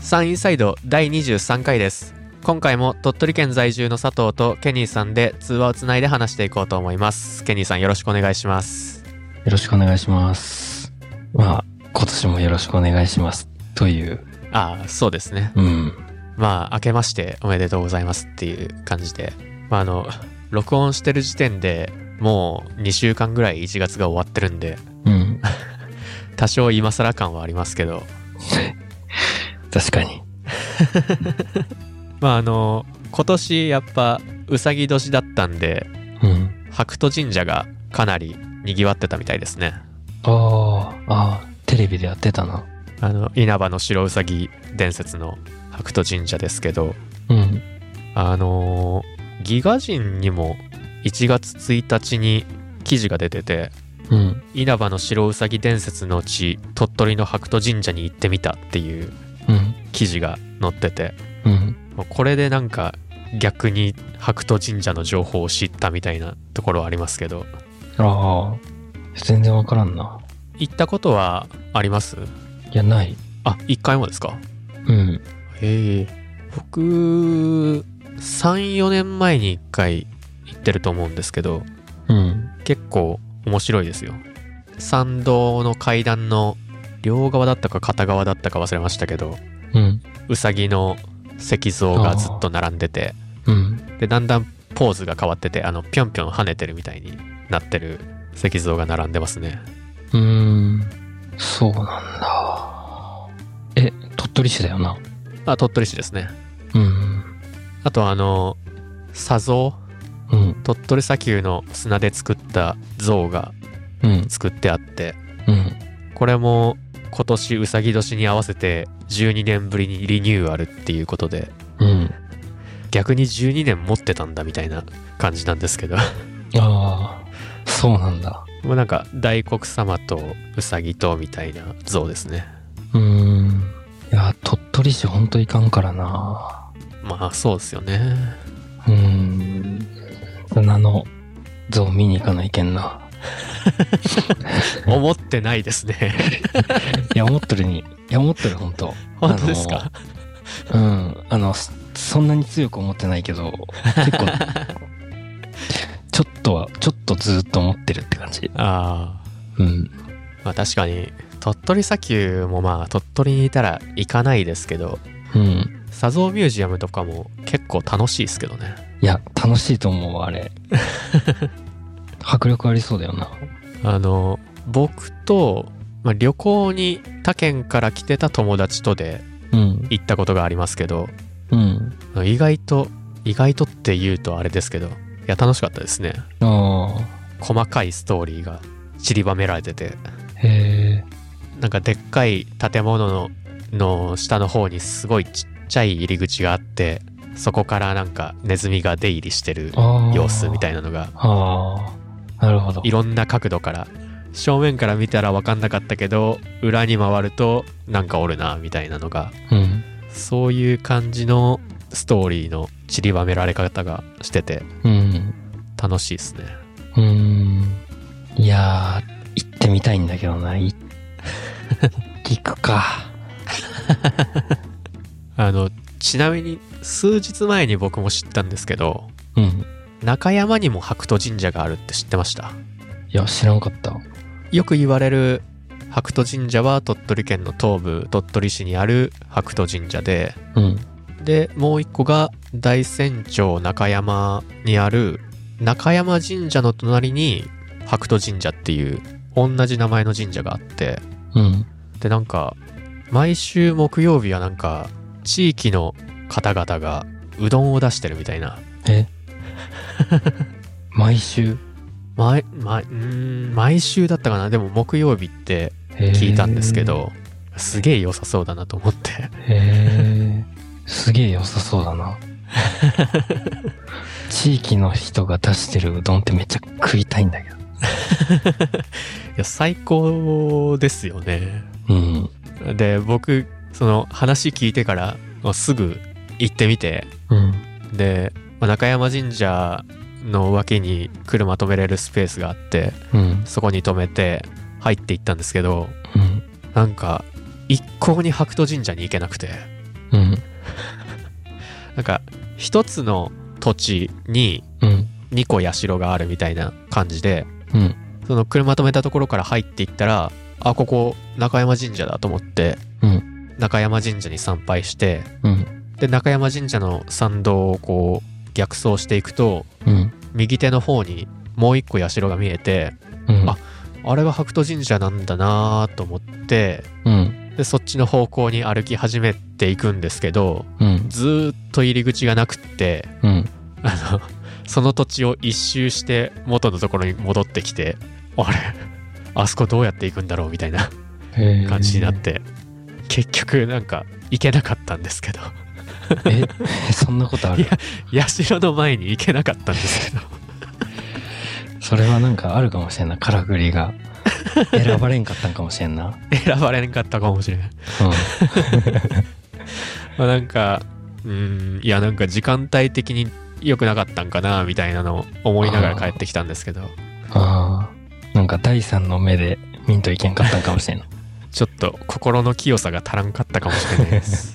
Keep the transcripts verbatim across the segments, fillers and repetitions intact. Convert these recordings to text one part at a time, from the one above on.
サンインサイドだいにじゅうさんかいです。今回も鳥取県在住の佐藤とケニーさんで通話をつないで話していこうと思います。ケニーさんよろしくお願いします。 よろしくお願いします。まあ今年もよろしくお願いしますという。 ああ、そうですね。 うん。 まあ明けましておめでとうございますっていう感じで、まああの録音してる時点でもうにしゅうかんぐらいいちがつが終わってるんで、 うん。 多少今更感はありますけど。 確かに。 まああの今年やっぱうさぎ年だったんで、 うん。 白兎神社がかなり賑わってたみたいですね。 ああ、ああ、テレビでやってたな。 あの稲葉の白うさぎ伝説の白兎神社ですけど、 うん。 あのー、ギガ人にもいちがつついたちに記事が出てて、 うん。 稲葉の白うさぎ伝説のうち鳥取の白兎神社に行ってみたっていううん。 記事が載ってて、 うん。 これでなんか逆に白兎神社の情報を知ったみたいなところはありますけど。 ああ、全然わからんな。 行ったことはあります？ いや、ない。 あ、一回もですか？ うん。 へえ。僕さん、よねんまえにいっかい行ってると思うんですけど、 うん。 結構面白いですよ。参道の階段の両側だったか片側だったか忘れましたけど、 うん。 うさぎの石像がずっと並んでて、 うん。 でだんだんポーズが変わってて、あのぴょんぴょん跳ねてるみたいになってる石像が並んでますね。 うーん。そうなんだ。え、鳥取市だよな。 あ、鳥取市ですね。 うん。 あとあの砂像、 うん。 鳥取砂丘の砂で作った像がうん。 作ってあって、 うん。 これも今年うさぎ年に合わせてじゅうにねんぶりにリニューアルっていうことで、 うん。 逆にじゅうにねん持ってたんだみたいな感じなんですけどああ、そうなんだ。 もうなんか大黒様とうさぎとみたいな像ですね。 うーん。いや、鳥取市ほんといかんからな。 まあそうですよね。 うーん。あの像見に行かないけんな。 思ってないですね。 いや、思ってるに。いや、思ってる、ほんと。 本当ですか？ あの、うん。あの、そんなに強く思ってないけど、結構、ちょっとは、ちょっとずっと思ってるって感じ。 ああ。 うん。 まあ確かに、鳥取砂丘もまあ鳥取にいたら行かないですけど、 うん。 砂像ミュージアムとかも結構楽しいですけどね。 いや、楽しいと思うわ、あれ。迫力ありそうだよな。 あの、僕と、まあ、旅行に他県から来てた友達とでうん。 行ったことがありますけど、 うん。 意外と、意外とって言うとあれですけど、いや楽しかったですね。 ああ。 細かいストーリーが散りばめられてて、 へえ。 なんかでっかい建物のの下の方にすごいちっちゃい入り口があって、そこからなんかネズミが出入りしてる様子みたいなのが、 ああ。なるほど。 いろんな角度から、正面から見たら分かんなかったけど裏に回るとなんかおるなみたいなのが、 うん。 そういう感じのストーリーの散りばめられ方がしててうん。 楽しいですね。 うーん。いやー、行ってみたいんだけどな。い行くか。 あのちなみに数日前に僕も知ったんですけど、 うん。 中山にも白兎神社があるって知ってました？ いや、知らんかった。 よく言われる白兎神社は鳥取県の東部鳥取市にある白兎神社で、 うん。 でもう一個が大山町中山にある中山神社の隣に白兎神社っていう同じ名前の神社があって、 うん。 でなんか毎週木曜日はなんか地域の方々がうどんを出してるみたいな。 え毎週毎毎うーん毎週だったかな。でも木曜日って聞いたんですけど、すげえ良さそうだなと思って。 へえ。すげえ良さそうだな。地域の人が出してるうどんってめっちゃ食いたいんだけど。いや最高ですよね。 うん。 で僕その話聞いてからもうすぐ行ってみて、 うん。 で、まあ、中山神社の脇に車止めれるスペースがあって、 うん。 そこに止めて入っていったんですけど、 うん。 なんか一向に白兎神社に行けなくて、 うんなんか一つの土地にうんにこ社があるみたいな感じで、 うんその車止めたところから入っていったら、あ、ここ中山神社だと思ってうん中山神社に参拝して、 うんで中山神社の参道をこう逆走していくと、 うん右手の方にもう一個社が見えて、 うんああれが白兎神社なんだなと思って、 うんでそっちの方向に歩き始めていくんですけど、 うんずーっと入り口がなくって、 うんあのその土地を一周して元のところに戻ってきて、あれあそこどうやって行くんだろうみたいな感じになって、結局なんか行けなかったんですけどえそんなことある？ いや社の前に行けなかったんですけどそれはなんかあるかもしれんな。からくりが選ばれんかったんかもしれんな。 選ばれんかったかもしれないまあなんかうーんいやなんか時間帯的に良くなかったんかなみたいなのを思いながら帰ってきたんですけど、 ああなんか第三の目で見んといけんかったんかもしれんのちょっと心の清さが足らんかったかもしれないです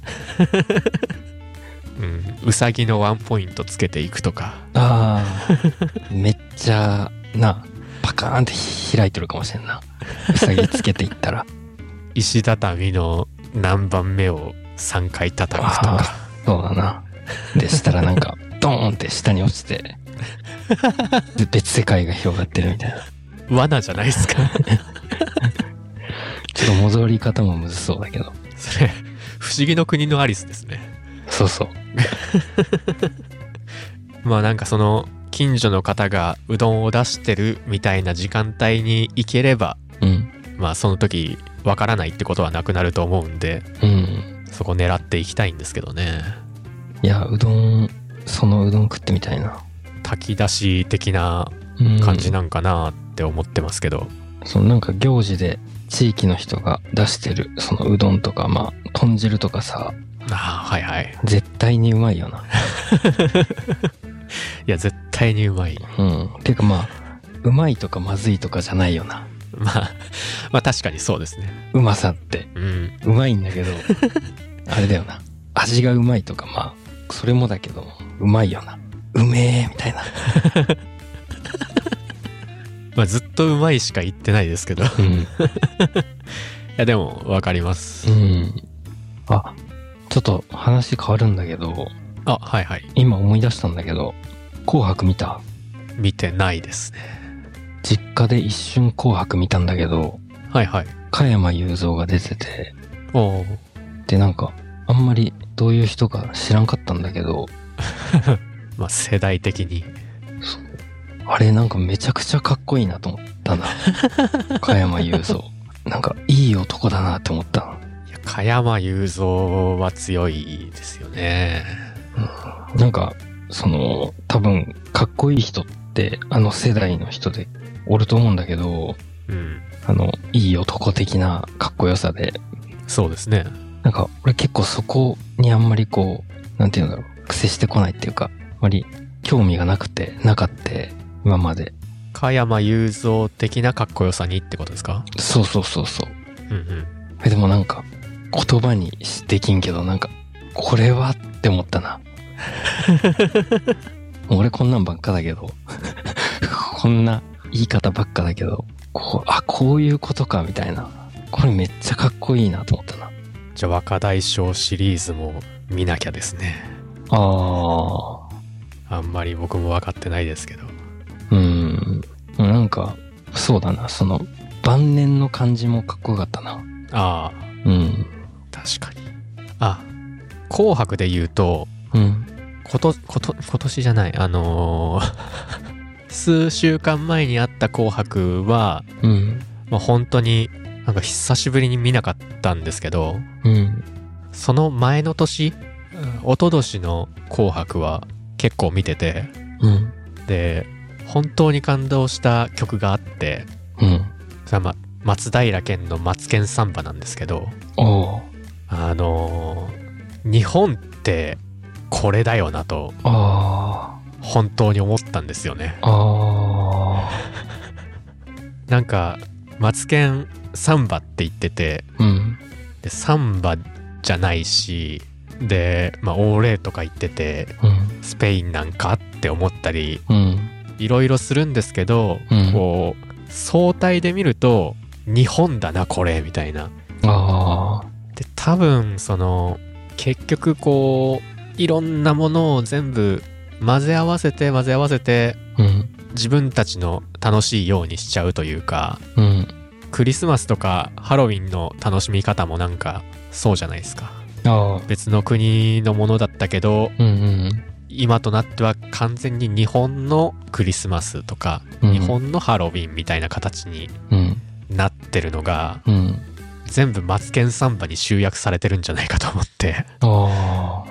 うん、うさぎのワンポイントつけていくとか、 ああめっちゃなパカーンって開いてるかもしれんな。うさぎつけていったら石畳の何番目をさんかい叩くとか。 そうだな。でしたらなんかドーンって下に落ちてで別世界が広がってるみたいな。 罠じゃないですかちょっと戻り方もむずそうだけど。 それ不思議の国のアリスですね。 そうそうまあなんかその近所の方がうどんを出してるみたいな時間帯に行ければ、 うん、 まあその時わからないってことはなくなると思うんで、 うん、 そこ狙っていきたいんですけどね。 いやうどんそのうどん食ってみたいな。 炊き出し的な感じなんかなって思ってますけど、 うん、そのなんか行事で地域の人が出してるそのうどんとかまあ豚汁とかさ、 ああはいはい、 絶対にうまいよな。 いや絶対にうまい。 うんてかまあうまいとかまずいとかじゃないよな。 まあまあ確かにそうですね。 うまさってうんうまいんだけどあれだよな、味がうまいとかまあそれもだけどうまいよな、うめえみたいなまあずっとうまいしか言ってないですけど、 うん、いやでもわかります。 うんあちょっと話変わるんだけど、 あはいはい、 今思い出したんだけど紅白見た？ 見てないですね。 実家で一瞬紅白見たんだけど、 はいはい、 加山雄三が出てて、 おーでなんかあんまりどういう人か知らんかったんだけどまあ世代的にそうあれなんかめちゃくちゃかっこいいなと思ったな加山雄三なんかいい男だなって思ったの。 いや加山雄三は強いですよね、 うん、なんかその多分かっこいい人ってあの世代の人でおると思うんだけど、 うん、 あのいい男的なかっこよさで、 そうですね。 なんか俺結構そこにあんまりこうなんていうんだろう、癖してこないっていうかあんまり興味がなくてなかって今まで。 加山雄三的なかっこよさにってことですか？ そうそうそうそう。 うんうん。 えでもなんか言葉にできんけどなんかこれはって思ったな俺こんなんばっかだけどこんな言い方ばっかだけどこうあこういうことかみたいな、これめっちゃかっこいいなと思ったな。 じゃあ若大将シリーズも見なきゃですね。 ああんまり僕も分かってないですけど。 うーんなんかそうだな、その晩年の感じもかっこよかったな。 ああうん確かに。あ紅白で言うと、 うんことこと今年じゃないあのー、数週間前にあった紅白は、 うんまあ、本当になんか久しぶりに見なかったんですけど、 うんその前の年、一昨年の紅白は結構見てて、 うんで本当に感動した曲があって、 うんそれは、ま、松平健のマツケンサンバなんですけど、 おーあのー、日本ってこれだよなとあ本当に思ったんですよね。 あなんかマツケンサンバって言ってて、 うんでサンバじゃないし、で、まあ、オーレとか言ってて、うん、スペインなんかって思ったり、いろいろするんですけど、うん、こう相対で見ると日本だなこれみたいな。あで多分その結局こういろんなものを全部混ぜ合わせて混ぜ合わせて、うん、自分たちの楽しいようにしちゃうというか、うん、クリスマスとかハロウィンの楽しみ方もなんかそうじゃないですか。あ別の国のものだったけど、うんうん、今となっては完全に日本のクリスマスとか、うん、日本のハロウィンみたいな形になってるのが、うん、全部マツケンサンバに集約されてるんじゃないかと思って。あ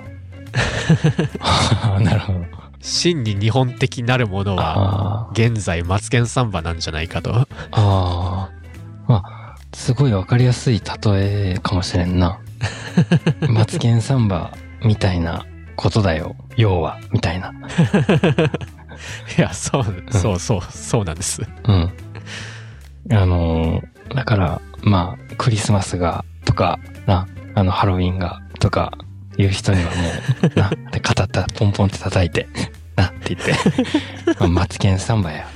なるほど。真に日本的なるものは現在マツケンサンバなんじゃないかと。ああ、 まあすごいわかりやすい例えかもしれんな。マツケンサンバみたいなことだよ要はみたいな。 いやそう、うん、そうそうそうなんです。 うん。あのー、だからまあクリスマスがとかな、あのハロウィンがとかいう人にはもうなで肩たポンポンって叩いてなって言って、まあ、マツケンサンバやって。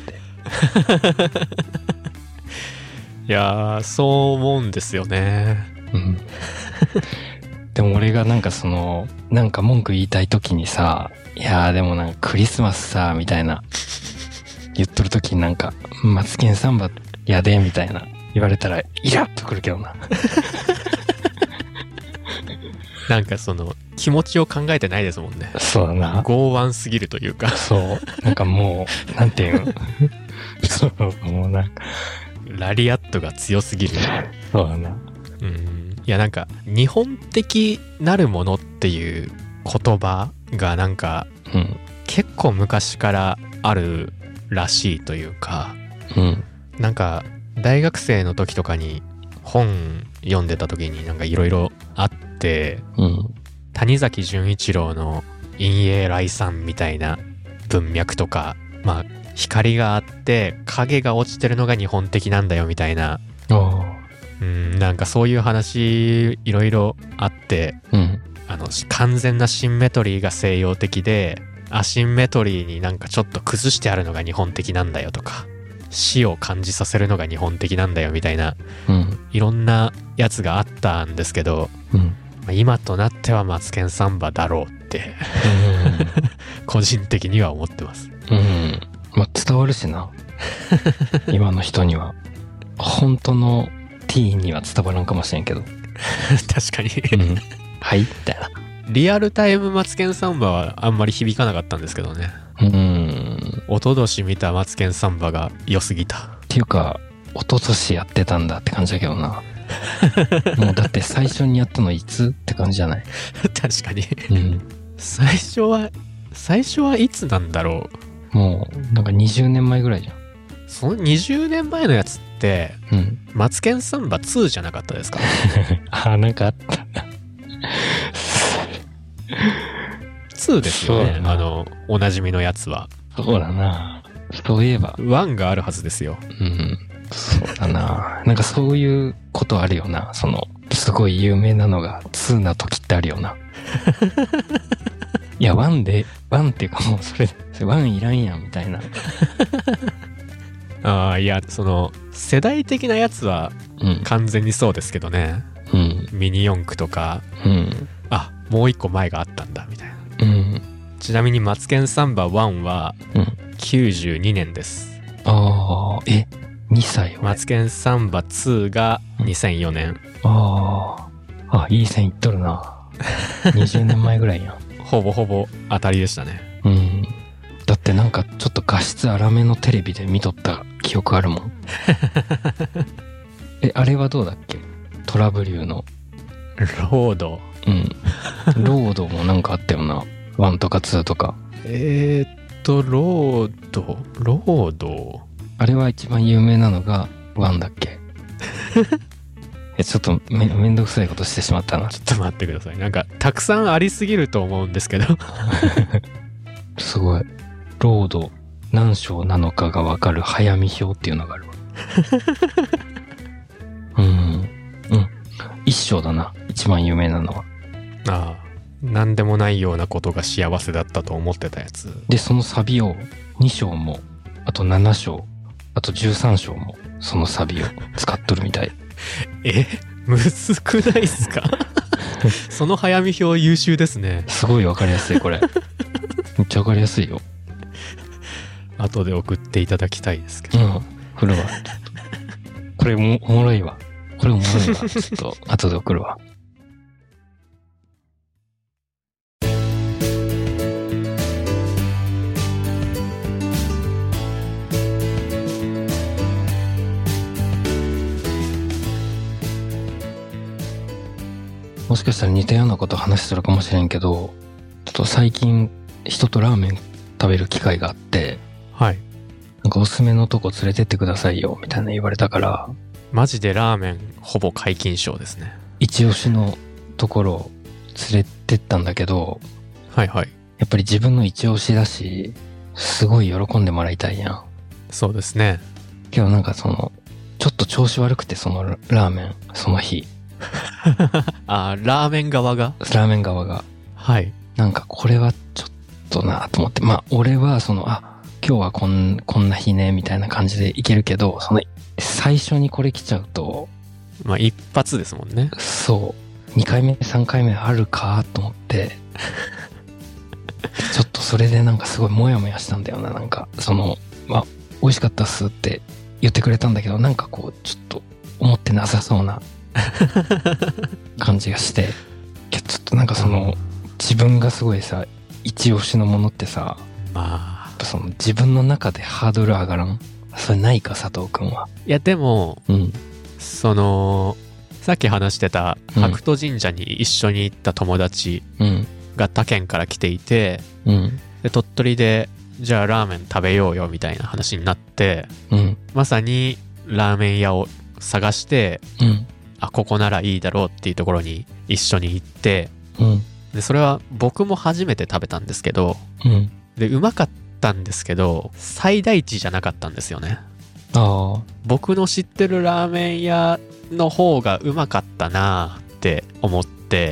いやーそう思うんですよね。うん。 でも俺がなんかそのなんか文句言いたい時にさ、いやーでもなんかクリスマスさみたいな言っとる時になんかマツケンサンバやでみたいな言われたらイラッとくるけどな。 なんかその気持ちを考えてないですもんね。 そうだな。 剛腕すぎるというか。 そうなんかもうなんていうの。そうもうなんかラリアットが強すぎる。 そうだな。 うん。いやなんか日本的なるものっていう言葉がなんか、うん、結構昔からあるらしいというか、うん、なんか大学生の時とかに本読んでた時になんかいろいろあって、うん、谷崎潤一郎の陰影来賛みたいな文脈とか、まあ光があって影が落ちてるのが日本的なんだよみたいな。うん、なんかそういう話いろいろあって、うん、あの完全なシンメトリーが西洋的でアシンメトリーになんかちょっと崩してあるのが日本的なんだよとか、死を感じさせるのが日本的なんだよみたいな、うん、いろんなやつがあったんですけど、うんまあ、今となってはマツケンサンバだろうって、うん、個人的には思ってます。 うん、まあ伝わるしな。今の人には本当のT には伝わらんかもしれんけど。 確かに、 うん、はいみたいな。 リアルタイムマツケンサンバはあんまり響かなかったんですけどね。うん。一昨年見たマツケンサンバが良すぎた。 っていうか一昨年やってたんだって感じだけどな。もうだって最初にやったのいつって感じじゃない？ 確かに、うん、最初は最初はいつなんだろう。もうなんかにじゅうねんまえぐらいじゃん。 そのにじゅうねんまえのやつって、うん、マツケンサンバツーじゃなかったですか？ あ、なんかあったな。 ツーですよね。あのおなじみのやつは。 そうだな。そういえばワンがあるはずですよ。 うん。そうだな。なんかそういうことあるよな。そのすごい有名なのがツーな時ってあるよな。いやワンでワンっていうかもうそれワンいらんやんみたいな。 ああいやその世代的なやつは完全にそうですけどね、うん、ミニ四駆とか、うん、あもう一個前があったんだみたいな、うん、ちなみにマツケンサンバワンはきゅうじゅうにねんです、 うん、ああえにさいマツケンサンバツーがにせんよねん、うん、 ああいい線いっとるな。にじゅうねんまえぐらいやん。 ほぼほぼ当たりでしたね。 うんだってなんかちょっと画質荒めのテレビで見とった記憶あるもん。え、あれはどうだっけ？トラブリューの。 ロード。 うん。ロードもなんかあったよな。ワンとかツーとか。 えーっと、ロード、ロード。 あれは一番有名なのがワンだっけ？え、ちょっとめ、めんどくさいことしてしまったな。 ちょっと待ってください。なんか、たくさんありすぎると思うんですけど。 すごい。ロード何章なのかがわかる早見表っていうのがあるわ。うん。うん。一章だな。一番有名なのは。 ああ、なんでもないようなことが幸せだったと思ってたやつで、そのサビをに章もあとなな章あとじゅうさん章もそのサビを使っとるみたい。 え、むずくないっすか？その早見表優秀ですね。 すごいわかりやすいこれ。めっちゃわかりやすいよ。 後で送っていただきたいですけど。 うん。これはこれもおもろいわ。これおもろいわ。ちょっと後で送るわ。もしかしたら似たようなこと話してるかもしれんけど、ちょっと最近人とラーメン食べる機会があって、 はい。 なんかおすすめのとこ連れてってくださいよみたいな言われたから、 マジでラーメンほぼ解禁賞ですね。 一押しのところを連れてったんだけど、 はいはい。 やっぱり自分の一押しだし、すごい喜んでもらいたいやん。 そうですね。 けどなんかその、ちょっと調子悪くてそのラーメン、その日。 あ、ラーメン側がラーメン側が。 はい。 なんかこれはちょっとなと思って。まあ俺はその、あ、今日はこん、こんな日ね、みたいな感じでいけるけど、その、最初にこれ来ちゃうと。 まあ一発ですもんね。 そう。にかいめ、さんかいめあるかと思って、ちょっとそれでなんかすごいモヤモヤしたんだよな。なんか、その、まあ、美味しかったっすって言ってくれたんだけど、なんかこう、ちょっと思ってなさそうな感じがして、ちょっとなんかその、自分がすごいさ、一押しのものってさ、 まあ、 その自分の中でハードル上がらん？それないか、佐藤くんは。 いやでも、 うん、 そのさっき話してた白兎神社に一緒に行った友達が他県から来ていて、 うん、 で鳥取でじゃあラーメン食べようよみたいな話になって、 うん、 まさにラーメン屋を探して、 うん、 あ、ここならいいだろうっていうところに一緒に行って、 うん、 でそれは僕も初めて食べたんですけど、 うん、 でうまかったんですけど最大値じゃなかったんですよね。 ああ、 僕の知ってるラーメン屋の方がうまかったなって思って、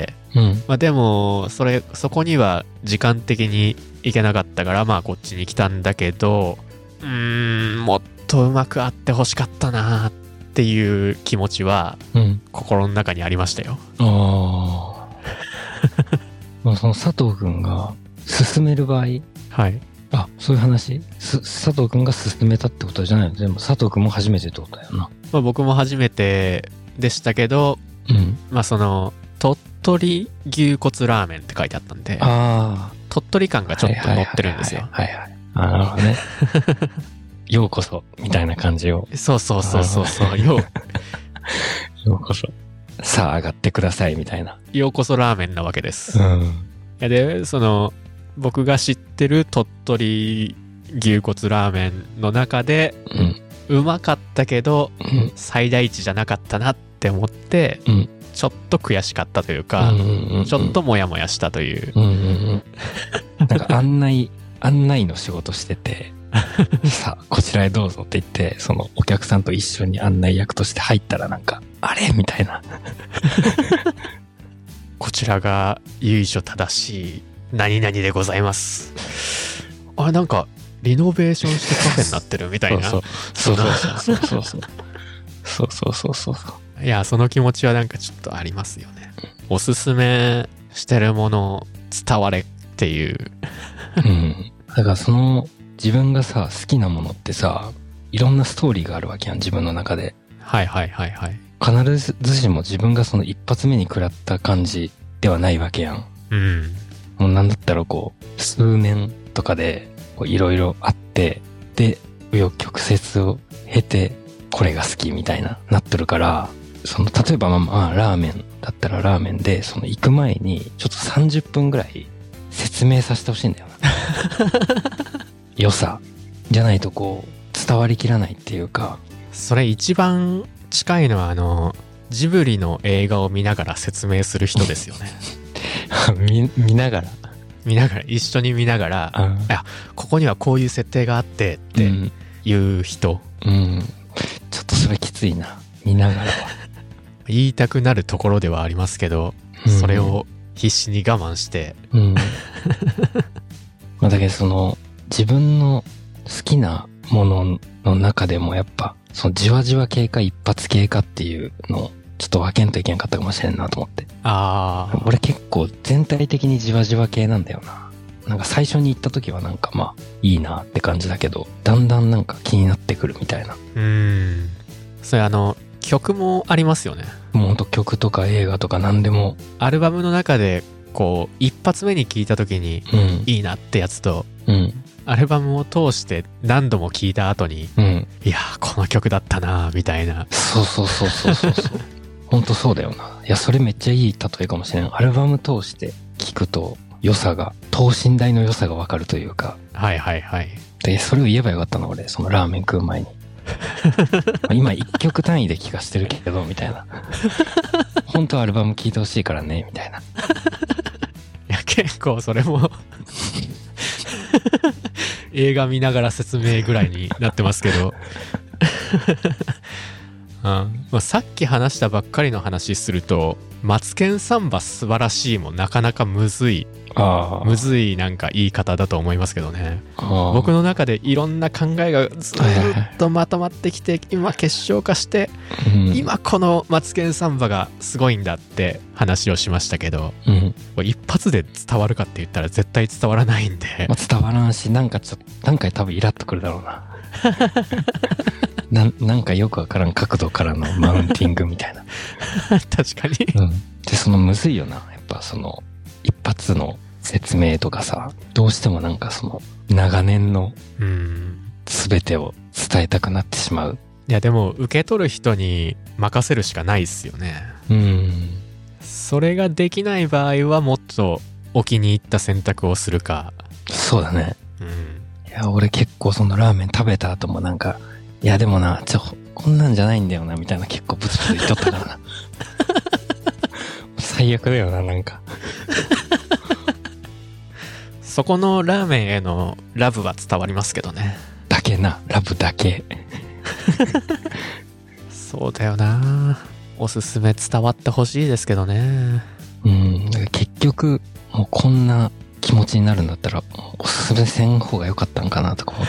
うん、 まあでもそれそこには時間的に行けなかったからまあこっちに来たんだけど、うーんもっとうまくあってほしかったなっていう気持ちは心の中にありましたよ。 うん、ああ。まあその佐藤くんが勧める場合、 はい。 あ、そういう話？す佐藤くんが勧めたってことじゃないの？でも佐藤くんも初めてってことだよな。 まあ僕も初めてでしたけど、 うん、まあその鳥取牛骨ラーメンって書いてあったんで、 ああ、 鳥取感がちょっと乗ってるんですよ。 はいはい。あ、なるほどね。ようこそみたいな感じを。 そうそうそうそうそうよう。ようこそ。さあ上がってくださいみたいな。 ようこそラーメンなわけです。 うん。いやでその僕が知ってる鳥取牛骨ラーメンの中で、うん、うまかったけど、うん、最大値じゃなかったなって思って、うん、ちょっと悔しかったというか、うんうんうんうん、ちょっとモヤモヤしたという。うんうんうん、 なんか案内案内の仕事しててさあこちらへどうぞって言ってそのお客さんと一緒に案内役として入ったらなんかあれみたいなこちらが由緒正しい何々でございます。あ、なんかリノベーションしてカフェになってるみたいな。 そうそうそうそうそうそうそうそうそうそうそういやその気持ちはなんかちょっとありますよね。おすすめしてるもの伝われっていう、 うん、だからその自分がさ好きなものってさいろんなストーリーがあるわけやん自分の中で。 はいはいはいはい。 必ずしも自分がその一発目に食らった感じではないわけやん。 うん。 もうなんだったらこう数年とかでいろいろあってで紆余曲折を経てこれが好きみたいななってるから、その例えばまあ、まあ、ラーメンだったらラーメンでその行く前にちょっとさんじゅっぷんぐらい説明させてほしいんだよな良さじゃないとこう伝わりきらないっていうか。 それ一番近いのはあのジブリの映画を見ながら説明する人ですよね見, 見ながら見ながら一緒に見ながら、うん、いやここにはこういう設定があってっていう人、 うん、うん、ちょっとそれきついな見ながらは言いたくなるところではありますけど、うん、それを必死に我慢して。 うん。まあだけどその、自分の好きなものの中でもやっぱ、そのじわじわ系か一発系かっていうのをちょっと分けんといけんかったかもしれんなと思って。 ああ。 俺結構全体的にじわじわ系なんだよな。なんか最初に行った時はなんかまあいいなって感じだけど、だんだんなんか気になってくるみたいな。 うーん。それあの、曲もありますよね。 もうほんと曲とか映画とか何でも。 アルバムの中で、こう、一発目に聴いた時に、 うん、 いいなってやつと、 うん、 アルバムを通して何度も聴いた後に、 うん、 いやー、この曲だったなーみたいな。 そうそうそうそうそうそう。ほんとそうだよな。いや、それめっちゃいい例えかもしれん。アルバム通して聴くと、良さが、等身大の良さがわかるというか。 はいはいはい。 で、それを言えばよかったな、俺。そのラーメン食う前に。今一曲単位で聴かしてるけど、みたいな。本当はアルバム聴いてほしいからね、みたいな。いや、結構それも映画見ながら説明ぐらいになってますけど。うんまあ、さっき話したばっかりの話すると、マツケンサンバ素晴らしいもなかなかむずい。 あむずいなんか言い方だと思いますけどね。僕の中でいろんな考えがずっとまとまってきて、今結晶化して、うん、今このマツケンサンバがすごいんだって話をしましたけど、うん、一発で伝わるかって言ったら絶対伝わらないんで、 まあ、伝わらんし、なんかちょっと何回多分イラッとくるだろうな。な, なんかよくわからん角度からのマウンティングみたいな。 確かに、 うん、でそのむずいよな、やっぱその一発の説明とかさ、どうしてもなんかその長年の全てを伝えたくなってしまう。 いやでも受け取る人に任せるしかないっすよね。 うん。 それができない場合はもっとお気に入った選択をするか。 そうだね。 うん。 いや俺結構そのラーメン食べた後もなんか、いやでもな、ちょこんなんじゃないんだよなみたいな結構ブツブツ言っとったからな。最悪だよな、なんか。 そこのラーメンへのラブは伝わりますけどね。 だけな、ラブだけ。 そうだよな。おすすめ伝わってほしいですけどね。 うん、だから結局もうこんな気持ちになるんだったらおすすめせん方が良かったんかなとか思って。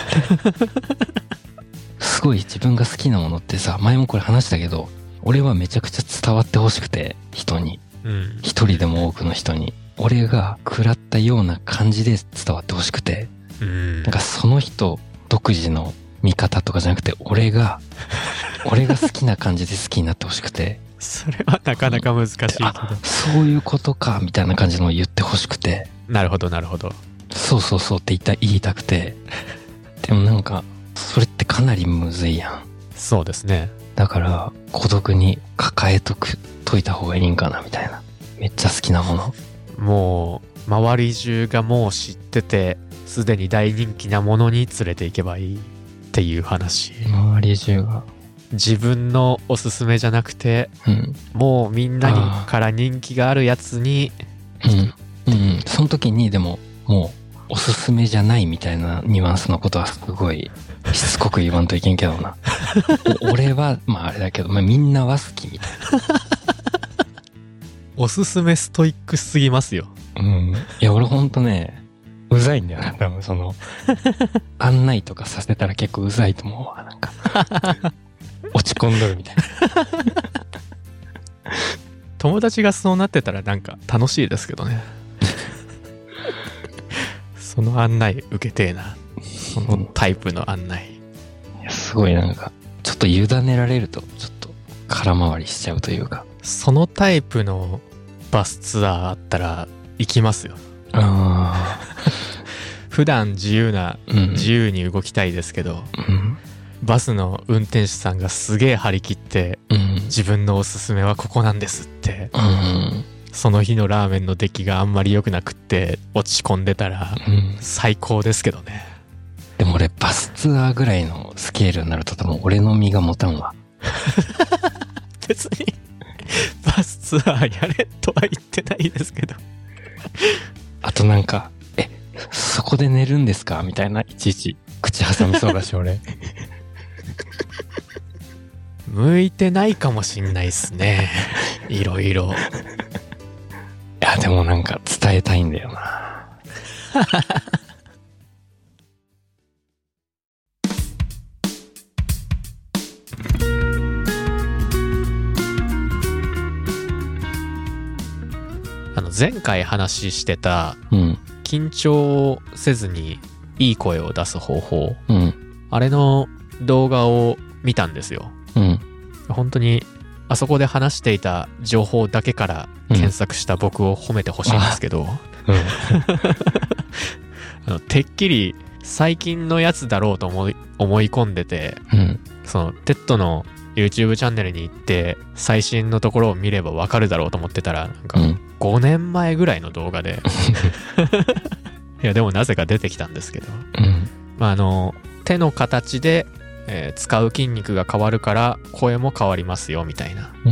すごい自分が好きなものってさ、前もこれ話したけど、俺はめちゃくちゃ伝わってほしくて、人に、うん、一人でも多くの人に。俺が食らったような感じで伝わってほしくて、うん、なんかその人独自の見方とかじゃなくて、俺が俺が好きな感じで好きになってほしくて、 それはなかなか難しいけど、 あ、そういうことかみたいな感じのを言ってほしくて、 なるほどなるほど、 そうそうそうって言いた言いたくて、でもなんかそれってかなりむずいやん。 そうですね。 だから孤独に抱えとくといた方がいいんかなみたいな。めっちゃ好きなもの。 もう周り中がもう知っててすでに大人気なものに連れて行けばいいっていう話。 周り中が自分のおすすめじゃなくて、うん、もうみんなにから人気があるやつに、 うん、うん、その時にでももうおすすめじゃないみたいなニュアンスのことはすごいしつこく言わんといけんけどな。俺はまああれだけど、まあ、みんなは好きみたいな。 おすすめストイックすぎますよ。 うん。いや、俺ほんとね、うざいんだよな、多分その、案内とかさせたら結構うざいと思うわ、なんか。落ち込んどるみたいな。 友達がそうなってたらなんか楽しいですけどね。その案内受けてえな。そのタイプの案内。 いや、すごいなんか、ちょっと委ねられると、ちょっと空回りしちゃうというか。 そのタイプのバスツアーあったら行きますよ。 あ普段自由な、うん、自由に動きたいですけど、うん、バスの運転手さんがすげえ張り切って、うん、自分のおすすめはここなんですって、うん、その日のラーメンの出来があんまり良くなくって落ち込んでたら、うん、最高ですけどね。 でも俺バスツアーぐらいのスケールになると多分俺の身が持たんわ。 別にバスツアーやれとは言ってないですけど。 あとなんか、え、そこで寝るんですかみたいな、いちいち口挟みそうだし俺。 向いてないかもしんないっすね。いろいろ。 いややでもなんか伝えたいんだよな。 あの前回話してた、 うん、 緊張せずにいい声を出す方法、 うん、 あれの動画を見たんですよ。 うん、本当にあそこで話していた情報だけから検索した僕を褒めてほしいんですけど、うん、あのてっきり最近のやつだろうと思い思い込んでて、 うん、 そのテッドの YouTube チャンネルに行って最新のところを見ればわかるだろうと思ってたら、なんかごねんまえぐらいの動画でいやでもなぜか出てきたんですけど、 うん、 まああの手の形で、えー、使う筋肉が変わるから声も変わりますよみたいな、 うんうん、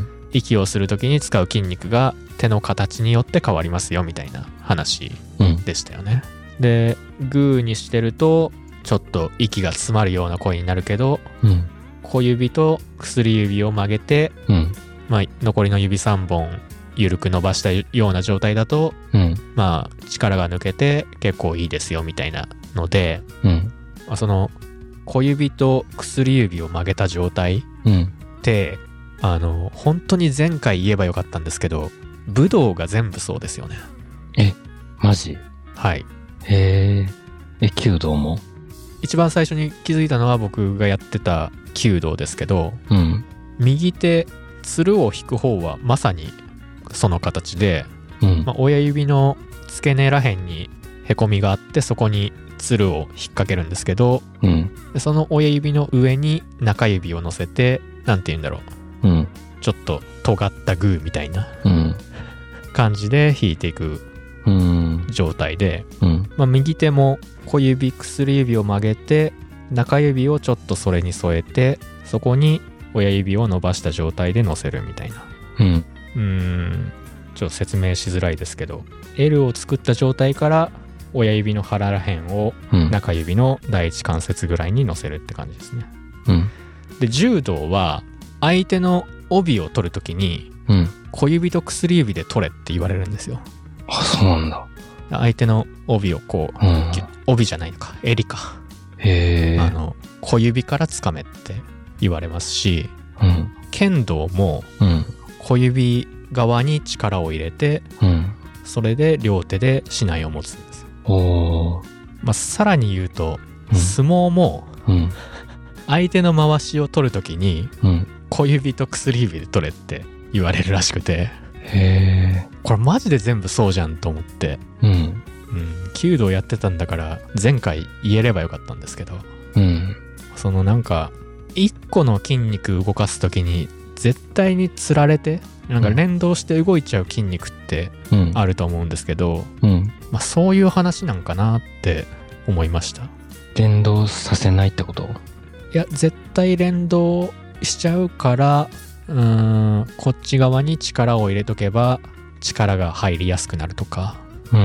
息をするときに使う筋肉が手の形によって変わりますよみたいな話でしたよね、うん、でグーにしてるとちょっと息が詰まるような声になるけど、 うん、 小指と薬指を曲げて、 うん、 まあ、残りの指さんぼん緩く伸ばしたような状態だと、 うん、 まあ力が抜けて結構いいですよみたいなので、 うんまあ、その小指と薬指を曲げた状態って、うん、あの本当に前回言えばよかったんですけど、武道が全部そうですよね。 え、マジ？ はい。 へえ。え、弓道も？ 一番最初に気づいたのは僕がやってた弓道ですけど、 うん、 右手つるを引く方はまさにその形で、 うんまあ、親指の付け根らへんにへこみがあってそこにつるを引っ掛けるんですけど、 うん、 その親指の上に中指を乗せて、なんて言うんだろう、うん、 ちょっと尖ったグーみたいな感じで弾いていく状態で、 うんまあ、右手も小指薬指を曲げて中指をちょっとそれに添えてそこに親指を伸ばした状態で乗せるみたいな、 うん、 うーんちょっと説明しづらいですけど L を作った状態から親指の腹らへんを中指の第一関節ぐらいに乗せるって感じですね、 うん、 で柔道は相手の帯を取るときに小指と薬指で取れって言われるんですよ。 あ、そうなんだ。 相手の帯をこう、うん、帯じゃないのか襟かへあの小指からつかめって言われますし、 うん、 剣道も小指側に力を入れて、 うん、 それで両手で竹刀を持つんですよ。 おー、 まあ、さらに言うと、うん、相撲も、 うん、 相手の回しを取るときに、 うん、 小指と薬指で取れって言われるらしくて、 へー、 これマジで全部そうじゃんと思って、 うんうん、弓道やってたんだから前回言えればよかったんですけど、 うん、 そのなんか一個の筋肉動かすときに絶対につられてなんか連動して動いちゃう筋肉ってあると思うんですけど、 うんまあ、そういう話なんかなって思いました。 連動させないってこと？ いや絶対連動しちゃうからうーんこっち側に力を入れとけば力が入りやすくなるとか、 うん、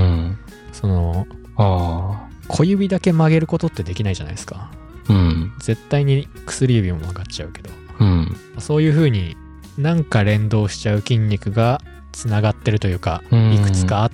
そのあ小指だけ曲げることってできないじゃないですか、 うん、 絶対に薬指も曲がっちゃうけど、 うん、 そういう風になんか連動しちゃう筋肉がつながってるというか、 うん、 いくつかあって、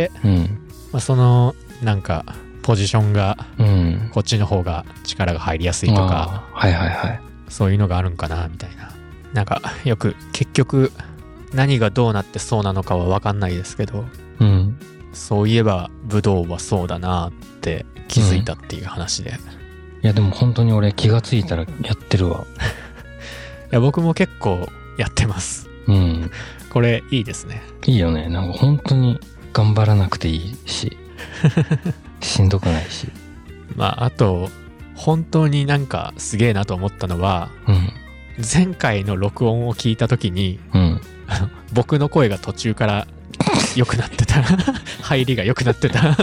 うんまあ、そのなんかポジションがこっちの方が力が入りやすいとか、 はいはいはい、 そういうのがあるんかなみたいな。なんかよく結局何がどうなってそうなのかは分かんないですけど、 うん、 そういえば武道はそうだなって気づいたっていう話で、うん、いやでも本当に俺気がついたらやってるわいや僕も結構やってます、 うん、 これいいですね。 いいよね。なんか本当に頑張らなくていいししんどくないし、 まああと本当になんかすげえなと思ったのは、 うん、 前回の録音を聞いた時に、 うん、 僕の声が途中から良くなってた入りが良くなってた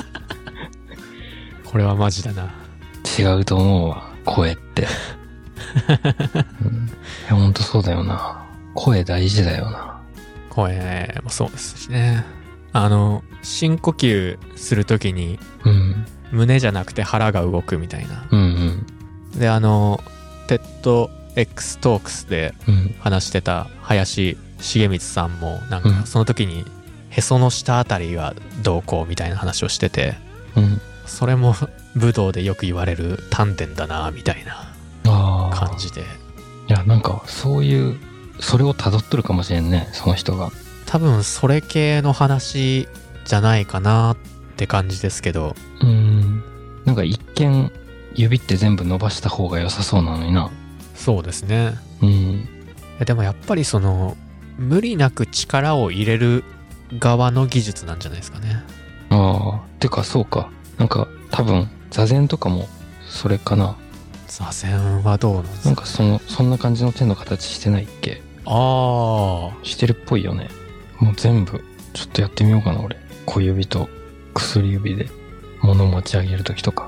これはマジだな。 違うと思うわ声って、うん、いやほんとそうだよな。声大事だよな。 声もそうですしね。あの深呼吸するときに、 うん、 胸じゃなくて腹が動くみたいな、 うんうん、 であのテッド X トークスで話してた林重光さんもなんかその時にへその下あたりがどうこうみたいな話をしてて、 うん、 それも武道でよく言われる丹田だなみたいな感じで、 いやなんかそういうそれを辿ってるかもしれんね、その人が。 多分それ系の話じゃないかなって感じですけど、 うーん、なんか一見指って全部伸ばした方が良さそうなのにな。 そうですね。 うん。 でもやっぱりその無理なく力を入れる側の技術なんじゃないですかね。 ああ、てかそうか、なんか多分座禅とかもそれかな。 座禅はどうなんですか。 なんかそのそんな感じの手の形してないっけ。 ああ、 してるっぽいよね。もう全部ちょっとやってみようかな俺。小指と薬指で物持ち上げるときとか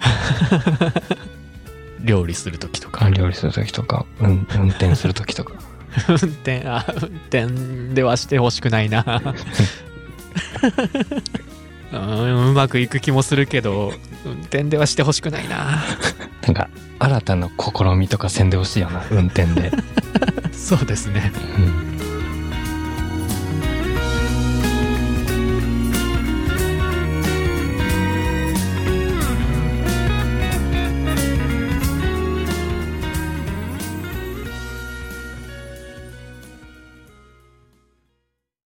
料理するときとか、 料理するときとか、うん、運転するときとか運転、あ、運転ではしてほしくないなうん、うまくいく気もするけど運転ではしてほしくないななんか新たな試みとかせんでほしいよな、運転でそうですね、 うん